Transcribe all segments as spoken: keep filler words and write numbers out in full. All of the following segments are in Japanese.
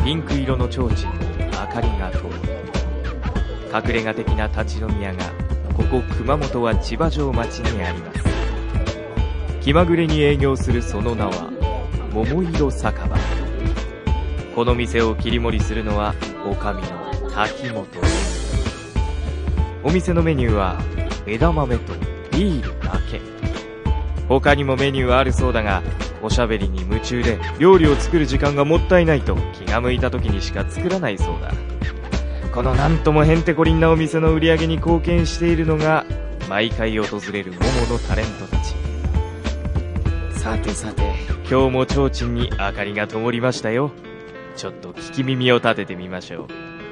ピンク色の提灯に明かりが灯る。隠れ家的な立ち飲み屋がここ熊本は千葉城町にあります。気まぐれに営業するその名は桃色酒場。この店を切り盛りするのは女将の滝本。お店のメニューは枝豆とビールだけ。他にもメニューはあるそうだが、おしゃべりに夢中で料理を作る時間がもったいないと気が向いた時にしか作らないそうだ。このなんともへんてこりんなお店の売り上げに貢献しているのが毎回訪れるモモのタレントたち。さてさて、今日も提灯に明かりが灯りましたよ。ちょっと聞き耳を立ててみましょう。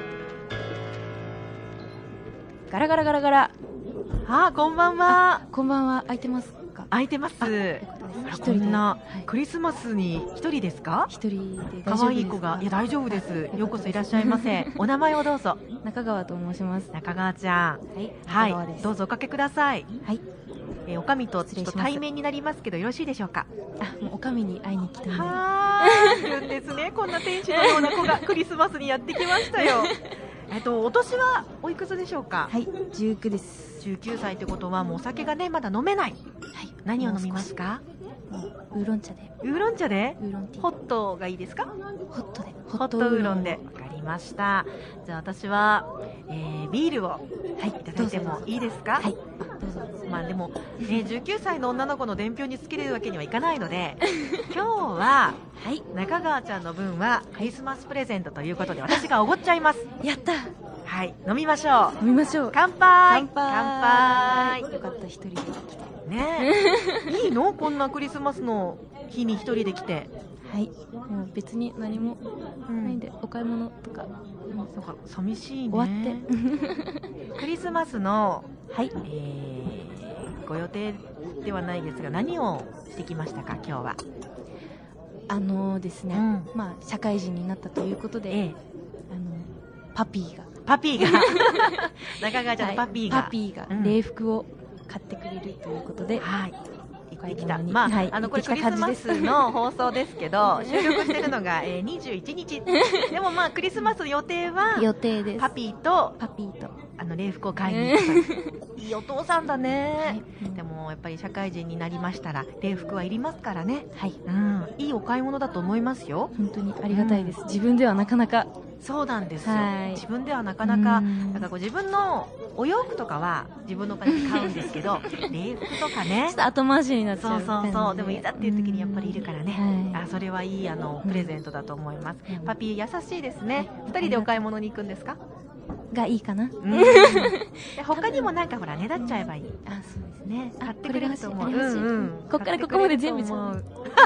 ガラガラガラガラ。 あ、こんばんは。 こんばんは。空いてますか？ 空いてます。あら、こんなクリスマスに一人ですか？ 一人で大丈夫ですか？ 可愛い子が。いや、大丈夫です。ようこそいらっしゃいませ。お名前をどうぞ。 中川と申します。 中川ちゃん。はい、はい、どうぞおかけください。はい。えー、おかみとちょっと対面になりますけどよろしいでしょうか？ あ、もうおかみに会いに来たんで。 はーい、いるんですね。こんな天使のような子がクリスマスにやってきましたよ。えっと、お年はおいくつでしょうか？ はい、じゅうきゅうです。 じゅうきゅうさいってことはもうお酒がねまだ飲めない。はい。何を飲みますか？ ウーロン茶で。 ウーロン茶で？ ウーロンティー。 ホットがいいですか？ ホットで。 ホットウーロンで。わかりました。じゃあ私は、えー、ビールを、はい、いただいてもいいですか？はい。どうぞ。まあでも、ね、じゅうきゅうさいの女の子の伝票につけるわけにはいかないので、今日は、はい、中川ちゃんの分はクリスマスプレゼントということで私がおごっちゃいます。 やった。 はい、飲みましょう。 飲みましょう。 乾杯。 乾杯。 乾杯。 よかった、一人で来て。 ねえ。いいの？こんなクリスマスの日に一人で来て。 はい。もう別に何もないんで、うん、お買い物とか。 なんか寂しいね。 終わって。 クリスマスの、はい、えー、ご予定ではないですが、何をしてきましたか、今日は。 あのー、ですね、うん、まあ社会人になったということで、ええ、あのパピーが。 パピーが中川ちゃんのパピーが、 はい、パピーが礼服を買ってくれるということで、うん、はい、 行ってきた。まあ、はい、あのこれクリスマスの放送ですけど収録してるのが、えー、にじゅういちにちでもまあクリスマスの予定は予定です。 パピーとパピーとあの礼服を買いに行ったいいお父さんだね、はい、でもやっぱり社会人になりましたら礼服はいりますからね。はい、うん、いいお買い物だと思いますよ。 本当にありがたいです、うん、自分ではなかなか。 そうなんですよ、はい、自分ではなかなかなんかこう自分のお洋服とかは自分のお金で買うんですけど礼服とかねちょっと後回しになっちゃう。 そうそうそう。でもいざっていう時にやっぱりいるからね、はい、あ、それはいいあのプレゼントだと思います、うん、パピー優しいですね。ふたりでお買い物に行くんですか？ がいいかな、うん、で他にもなんかほらねだっちゃえばいい。あ、そうですね。買ってくれると思う。うんうん、 こっからここまで全部ちゃう。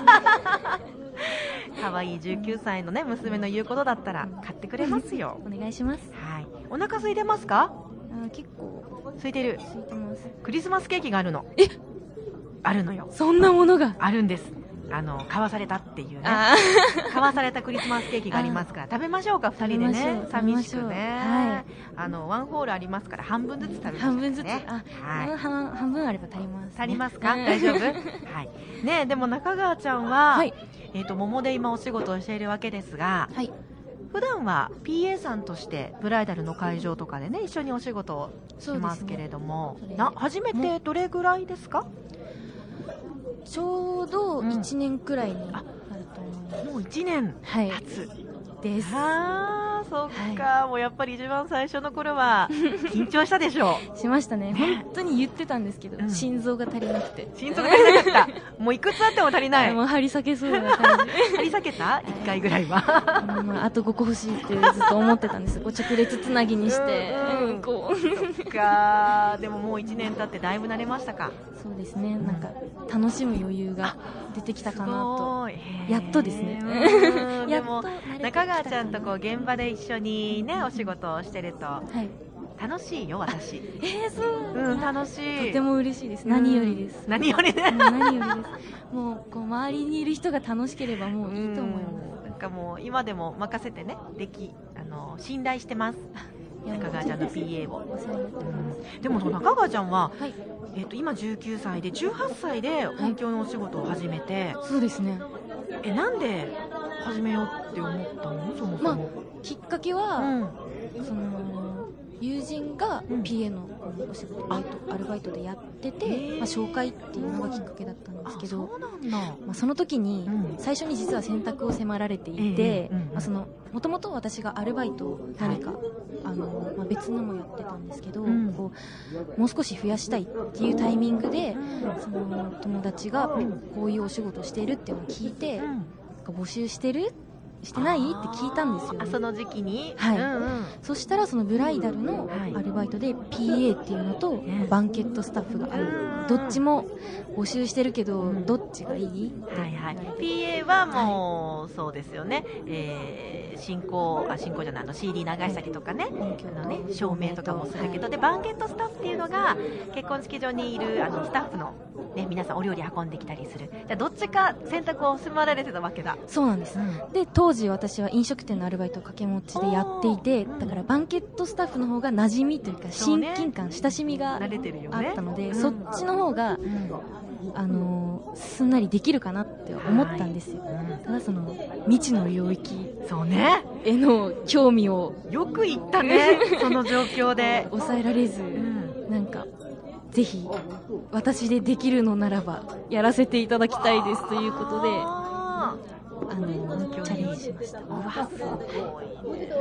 可愛いじゅうきゅうさいのね娘の言うことだったら買ってくれますよ。 お願いします。 はい。お腹空いてますか？ あ、結構空いてる。 空いてます。 クリスマスケーキがあるの。 え？ あるのよ。 そんなものがあるんです。あの買わされたっていうね。買わされたクリスマスケーキがありますから食べましょうかふたりでね。寂しくね。はい。あのワンホールありますから半分ずつ食べましょうね。半分ずつ。あ、 はい。半分あれば足ります、ね。 足りますか？大丈夫？はい。ね、でも中川ちゃんは、はい、えっと桃で今お仕事をしているわけですが、はい。普段は ピーエー さんとしてブライダルの会場とかでね一緒にお仕事をしますけれども、ね、な初めてどれぐらいですか？ ちょうどいちねんくらいになると思います、 うん、もういちねん経つ、はい、です。あー、そっか、はい、もうやっぱり一番最初の頃は緊張したでしょう。 しましたね。本当に言ってたんですけど、うん、心臓が足りなくて心臓が足りなかったもういくつあっても足りない。 もう張り裂けそうな感じ張り裂けたいっかいぐらいはまあ、あとごこ欲しいってずっと思ってたんです。こう直列つなぎにして、うんうん、こうそっか。でももういちねん経ってだいぶ慣れましたか？ そうですね、なんか楽しむ余裕が出てきたかなと。やっとですねでも中川ちゃんとこう現場で一緒にねお仕事をしてると、はい、楽しいよ私。 えー、そう、 うん、楽しい。 とても嬉しいです。何よりです。 何よりね。 何よりです。もうこう周りにいる人が楽しければもういいと思います。 なんかもう今でも任せてね、できあの信頼してます。中川ちゃんの ピーエー を。うん、でもその中川ちゃんは、はい、えっと今じゅうきゅうさいでじゅうはっさいで音響のお仕事を始めて、 はい、そうですね。 え、なんで始めようって思ったの？そもそも、 まあ、きっかけは、うん、その友人が ピーエー のお仕事、うん、アルバイトでやってて、まあ、紹介っていうのがきっかけだったんですけど、 そうなんだ、 まあ、その時に最初に実は選択を迫られていて、もともと私がアルバイトを何か、はい、あのまあ、別のもやってたんですけど、うん、こうもう少し増やしたいっていうタイミングで、うん、その友達がこういうお仕事をしているっていうのを聞いて、うん、募集してるしてないって聞いたんですよ、ね、 あその時期に、 はい、 うんうん、 そしたらそのブライダルのアルバイトで ピーエー っていうのと、はい、バンケットスタッフがある、どっちも募集してるけど、うん、どっちがいい？ はいはい、ピーエー はもう、はい、そうですよね、えー、進行あ進行じゃないの シーディー 流したりとかね、あのね照明とかもするけど、はい、でバンケットスタッフっていうのが結婚式場にいるあのスタッフの、ね、皆さんお料理運んできたりする。じゃどっちか選択を迫られてたわけだ。 そうなんです、うん、で当時私は飲食店のアルバイトを掛け持ちでやっていて、だからバンケットスタッフの方が馴染みというか親近感、親しみがあったので、そっちの方が、うん、あのすんなりできるかなって思ったんですよ、はい、うん、ただその未知の領域への興味をよく言ったねその状況で抑えられず、うん、なんかぜひ私でできるのならばやらせていただきたいですということで、あのチャレンジしました。うわすごいね、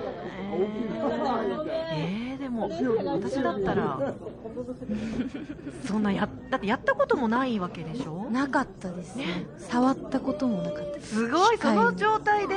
えー、でも私だったらそんなやだってやったこともないわけでしょ？ なかったですね、触ったこともなかったです。 すごい、その状態で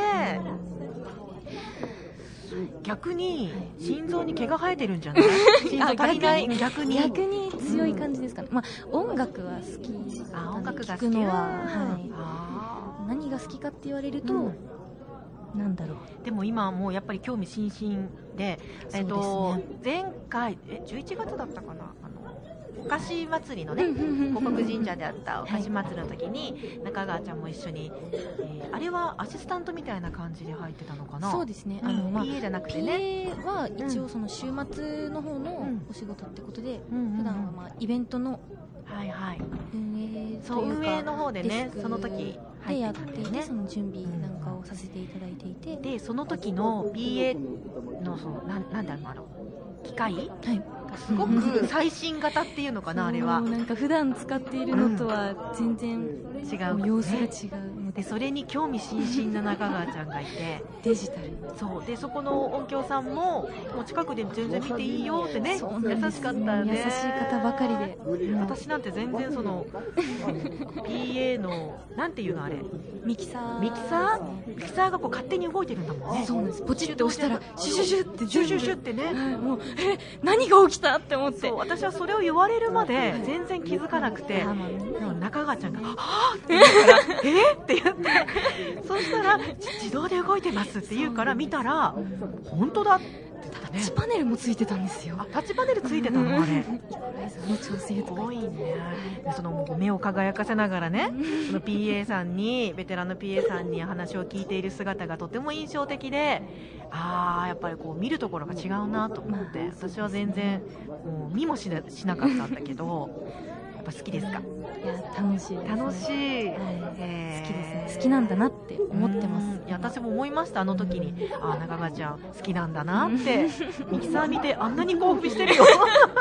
逆に心臓に毛が生えてるんじゃない？心臓足りない。逆に逆に強い感じですかね、うん、まあ、音楽は好き、 あ音楽が好き、 聞くのは、はい、あ何が好きかって言われると、うん、なんだろう。 でも今はもうやっぱり興味津々で、えっと、前回えじゅういちがつだったかな、あのお菓子祭りのね、護国神社であったお菓子祭りの時に中川ちゃんも一緒に、えー、あれはアシスタントみたいな感じで入ってたのかな。 そうですね、 あの、まあ、ピーエー じゃなくてね、 ピーエー は一応その週末の方のお仕事ってことで、うん、普段はまあイベントのはいはい、 運営というかそう運営の方でね、その時でやっていて、その準備なんかをさせていただいていて、 でその時の ピーエー のそのななんだろう機械、はい、すごく最新型っていうのかなあれはなんか普段使っているのとは全然違う、様子が違うので、それに興味津々な中川ちゃんがいてデジタルそうで、そこの音響さんももう近くで全然見ていいよってね、優しかったよね。 優しい方ばかりで、 私なんて全然そのピーエー のなんていうのあれミキサーミキサーミキサーがこう勝手に動いてるんだもんね。 そうなんです、ポチッと押したらシュシュシュってシュシュシュってね、はい、 もうえ何が起きたって思って、 そう私はそれを言われるまで全然気づかなくて、中川ちゃんがはぁって言うからえって言ってそしたら自動で動いてますって言うから見たら本当だって言ったね。 タッチパネルもついてたんですよ。 あタッチパネルついてたのあれイコライザーの調整とかすごいね。でその目を輝かせながらねその ピーエー さんにベテランの ピーエー さんに話を聞いている姿がとても印象的で、あーやっぱりこう見るところが違うなと思って、私は全然もう見もしな、しなかったんだけどやっぱ好きですか？ いや楽しいです、ね、 楽しい、はいえー、好きですね。好きなんだなって思ってます。 いや私も思いました、あの時にあ中川ちゃん好きなんだなってミキサー見てあんなに興奮してるよ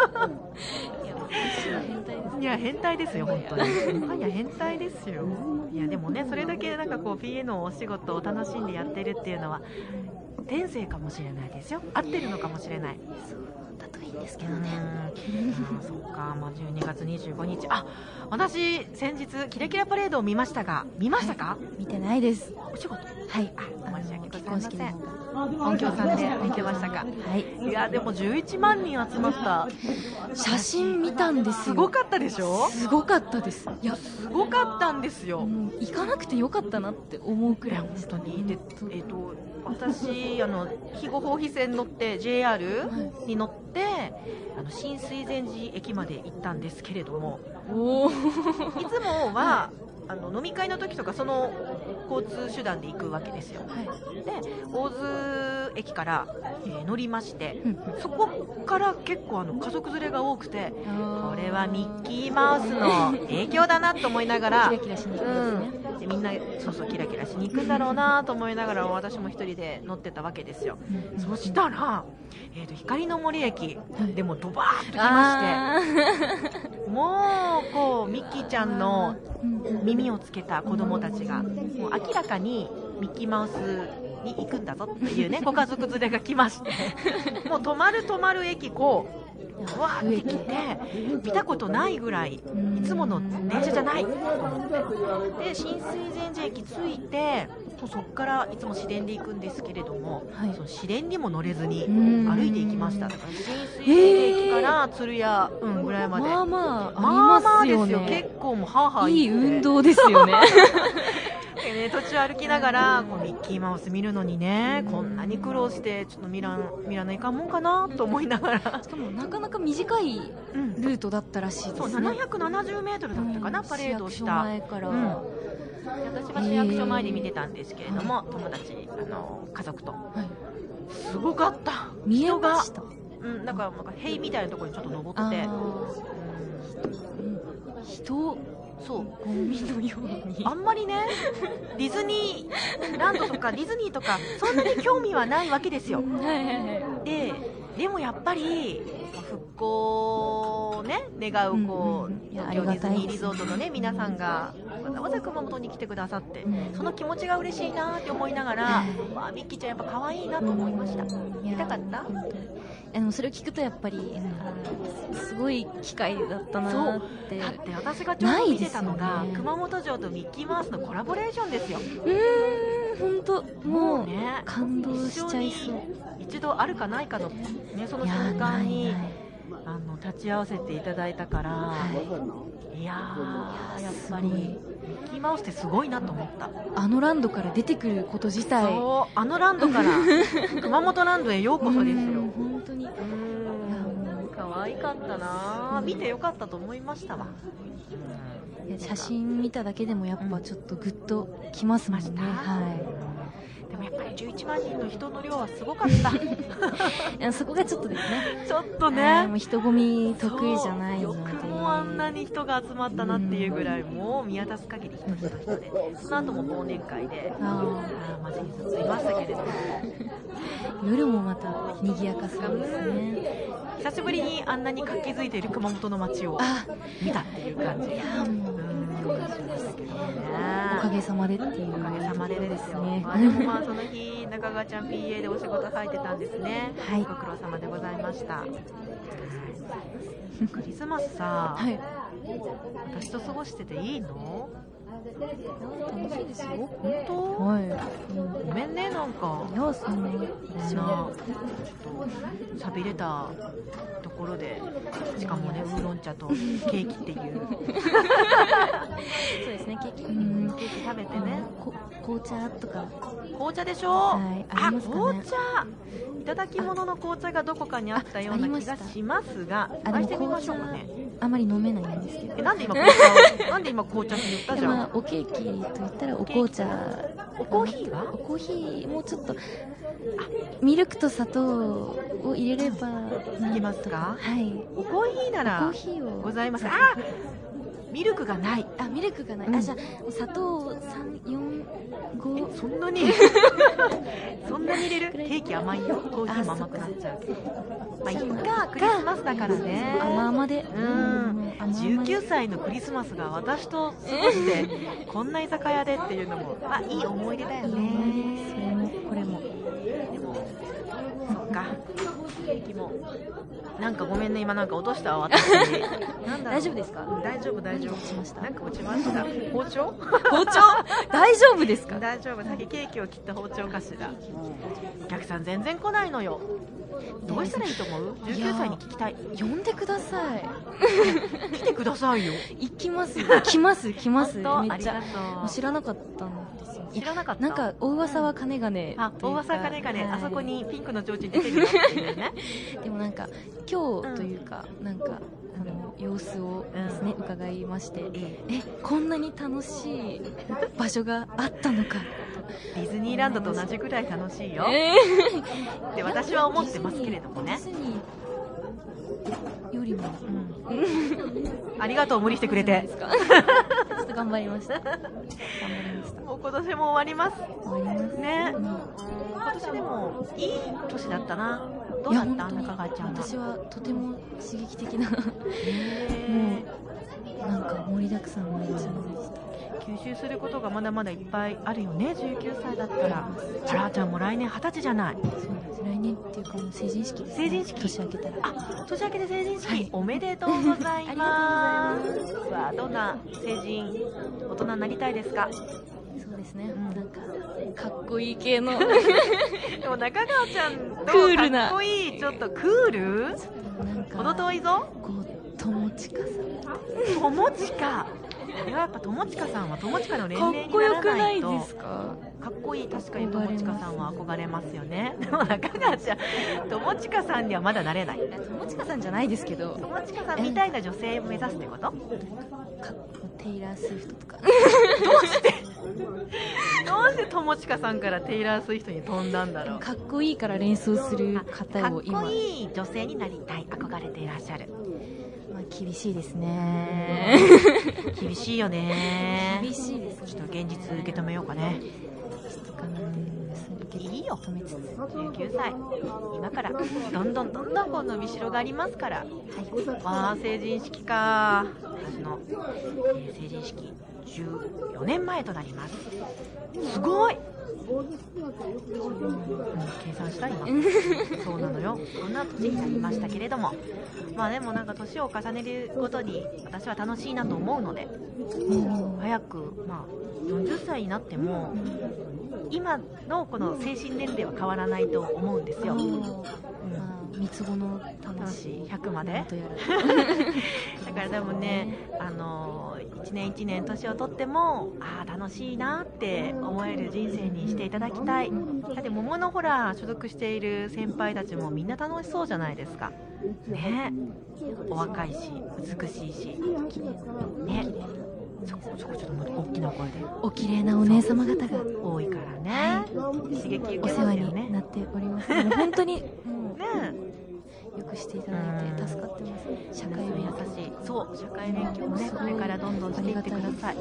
いや変態ですよ本当にいや変態ですよ。いやでもねそれだけなんかこう ピーエー のお仕事を楽しんでやってるっていうのは天性かもしれないですよ。合ってるのかもしれない。 そうだといいんですけどね。 あそうか、まあ、じゅうにがつにじゅうごにちあ私先日キラキラパレードを見ましたが見ましたか？はい、 見てないです。 お仕事はいあ申し訳ございません。音響さんで見てましたか？はい。いやでもじゅういちまんにん集まった写真見たんですよ。 すごかったでしょ？ すごかったです。 いやすごかったんですよ。 もう行かなくてよかったなって思うくらいでした。本当にでえっと私あの肥後豊肥線乗って ジェイアール に乗って、はい、あの新水前寺駅まで行ったんですけれども、 おいつもはあの飲み会の時とかその交通手段で行くわけですよ、はい、で大津駅から、えー、乗りまして、うん、そこから結構あの家族連れが多くて、これはミッキーマウスの影響だなと思いながらキラキラしに行きますね、 うんでみんなそうそうキラキラしに行くんだろうなと思いながら私も一人で乗ってたわけですよ。そしたら、えー、と光の森駅でもドバーッと来まして、もうこうミッキーちゃんの耳をつけた子供たちがもう明らかにミッキーマウスに行くんだぞっていうねご家族連れが来ましてもう止まる止まる駅こうわーって来て見たことないぐらいいつもの電車じゃないと思ってで新水前寺駅着いてそこからいつも市電で行くんですけれども、はい、その市電にも乗れずに歩いて行きました。だから新水前寺駅から鶴屋、うん、ぐらいまでまあまあまあまあですよね。 結構もうハーハーいい運動ですよねでね、途中歩きながらこうミッキーマウス見るのにねこんなに苦労してちょっと見らん見らないかんもんかなと思いながらしかもなかなか短いルートだったらしいですね、 うん、そうななひゃくななじゅうメートルだったかな、うん、パレードをした、 市役所前から、うん、 私は市役所前で見てたんですけれども、友達あの家族と、はい、すごかった見えました。 うん、だからなんか塀みたいなところにちょっと登って、 うん、人そうゴミのようにあんまりねディズニーランドとかディズニーとかそんなに興味はないわけですよで, でもやっぱり復興をね願うこう、うんうん、東京ディズニーリゾートのね皆さんがわざわざ熊本に来てくださって、うん、その気持ちが嬉しいなって思いながら、わあミッキーちゃんやっぱ可愛いなと思いました。見たかった？ でもそれを聞くとやっぱり、うん、すごい機会だったなって。 だって私がちょうど見てたのが、ね、熊本城とミッキーマウスのコラボレーションですよ。 うーん本当もうね感動しちゃいそう。 一度あるかないかの、ね、その瞬間にあの立ち会わせていただいたから、はい、いやーやっぱりミッキーマウスってすごいなと思った。 あのランドから出てくること自体、 そうあのランドから熊本ランドへようこそですよ。 本当に可愛かったな、見てよかったと思いましたわ。 写真見ただけでもやっぱちょっとグッときますもんね、うん、はいでもやっぱりじゅういちまんにんの人の量はすごかったいやそこがちょっとですねちょっとねもう人混み得意じゃないのでよくもあんなに人が集まったなっていうぐらい、もう見渡す限り人人人でその後も忘年会でああマジにずっといましたけれども夜もまた賑やかそうですね。 久しぶりにあんなに活気づいている熊本の街を見たっていう感じ。いやもうよかったですけどね。おかげさまでっていうおかげさまでですよね。まあ、でもまあその日中川ちゃん ピーエー でお仕事入ってたんですね。はい、ご苦労様でございました。クリスマスさ、はい、私と過ごしてていいの？ 楽しいですよ。 本当？ はい。 ごめんねなんか。 いやそんなにそんな寂れたところで、しかもねウーロン茶とケーキっていう。 そうですねケーキ。 うんケーキ食べてね。 こ紅茶とか。 紅茶でしょ？ はい。 あ、あ紅茶。いただき物の紅茶がどこかにあったような気がしますが、探してみましょうかね。 あまり飲めないんですけど。 えなんで今紅茶をなんで今紅茶って言ったじゃん。 まあ、おケーキと言ったらお紅茶。 おコーヒーは？ おコーヒーもうちょっとあミルクと砂糖を入れればいきますか？ はい。 おコーヒーならコーヒーをございます。あミルクがない。 あミルクがない。うん、あじゃあ砂糖三四五そんなにそんなに入れる？ケーキ甘いよ。コーヒーも甘くなっちゃうけど。まあいいかクリスマスだからね。 甘々で。 うん。じゅうきゅうさいのクリスマスが私と過ごしてこんな居酒屋でっていうのもまあいい思い出だよね。 いい思い出です。それもこれも。 でもそっか。ケーキもなんかごめんね今なんか落としたわ私。なんだ大丈夫ですか？ 大丈夫大丈夫。 落ちました。 なんか落ちました。包丁？ 包丁？大丈夫ですか？ 大丈夫。さっきケーキを切った包丁かしら。お客さん全然来ないのよ。どうしたらいいと思う？じゅうきゅうさいに聞きたい。 呼んでください。 来てくださいよ。 行きます。来ます来ます。めっちゃもう知らなかったんですよ。 知らなかった。 なんか大噂は金がね。 あ、大噂は金がね。あそこにピンクの提灯出てるよっていうね。 でもなんか今日というか、うん、なんかあの様子をですね、うん、伺いまして、えこんなに楽しい場所があったのかと。 ディズニーランドと同じぐらい楽しいよ、えー、って私は思ってますけれどもね。 ディズニーよりも、 うん、ありがとう、無理してくれて。 ちょっと頑張りました。頑張りました。 もう今年も終わります。 終わりますね。 うん、 今年でもいい年だったな。どうだった、中川ちゃんは。 私はとても刺激的な、もうなんか盛りだくさんの一年でした。 吸収することがまだまだいっぱいあるよね。じゅうきゅうさいだったら。あらちゃんも来年はたちじゃない。 そうです。来年っていうかもう成人式です、ね、 成人式年明けたら。 あ、年明けで成人式、はい、おめでとうございます。 ありがとうございます。 さあ、どんな成人大人になりたいですか？ そうですね、 うん、 なんかかっこいい系のでも中川ちゃんとクールなかっこいい、ちょっとクール、 なんか程遠いぞ。 こう友近さん、 友近、やっぱ友近さんは友近の年齢にならないと。 かっこよくないですか？ かっこいい。確かに友近さんは憧れますよね。でも中川ちゃん、友近さんにはまだなれない。 友近さんじゃないですけど、 友近さんみたいな女性を目指すってこと？かテイラー・スウィフトとか。 どうしてどうして友近さんからテイラー・スウィフトに飛んだんだろう。 かっこいいから連想する方を今。 かっこいい女性になりたい、憧れていらっしゃる。 まあ、厳しいですね。 厳しいよね。 厳しいですね。 ちょっと現実受け止めようかね。 ちょっと頑張っていいよ、止めつつじゅうきゅうさい、今からどんどんどんどんこう伸びしろがありますから。はい、わあ、成人式か。私の、えー、成人式じゅうよねんまえとなります。すごい、うん、計算した今そうなのよ、こんな年になりましたけれども、まあでもなんか年を重ねるごとに私は楽しいなと思うので、うん、早く、まあ、よんじゅっさいになっても今のこの精神年齢は変わらないと思うんですよ。 三つ子の魂ひゃくまでだからでもね、あの一年一年年を取っても、ああ楽しいなって思える人生にしていただきたい。だって桃のほら所属している先輩たちもみんな楽しそうじゃないですかね。お若いし美しいしね。そこそこちょっともっと大きな声で。 お綺麗なお姉様方が多いからね、はい、刺激受けますよね。 お世話になっております。もう本当にもうねよくしていただいて助かってます。社会勉強、 優しい。そう、社会勉強もね、これからどんどんしていってください。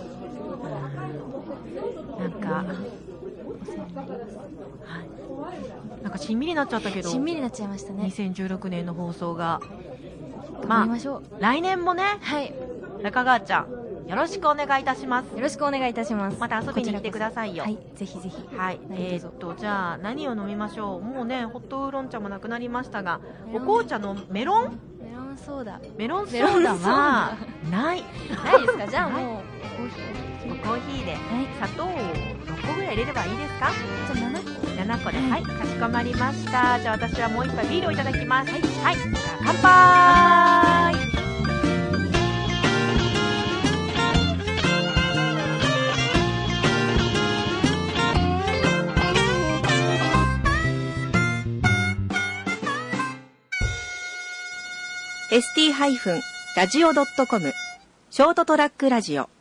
なんかお世話になります。 はい。なんかしんみりになっちゃったけど。 しんみりになっちゃいましたね。 にせんじゅうろくねんの放送が。 頑張りましょう。 まあ、来年もね、 はい。 中川ちゃん。よろしくお願いいたします。 よろしくお願いいたします。 また遊びに来てくださいよ。 はい、ぜひぜひ。 はい。えー、っとじゃあ何を飲みましょう。もうね、ホットウーロン茶もなくなりましたが、お紅茶のメロン？ メロンソーダ。 メロンソーダはない。 ないですか？じゃあもうコーヒー。コーヒーで、はい、砂糖をろっこぐらい入れればいいですか？ じゃあななこ。 ななこで、はい、かしこまりました。じゃあ私はもう一杯ビールをいただきます。はい。はい、じゃあ乾杯。 エスティー ラジオ ドットコム ショートトラックラジオ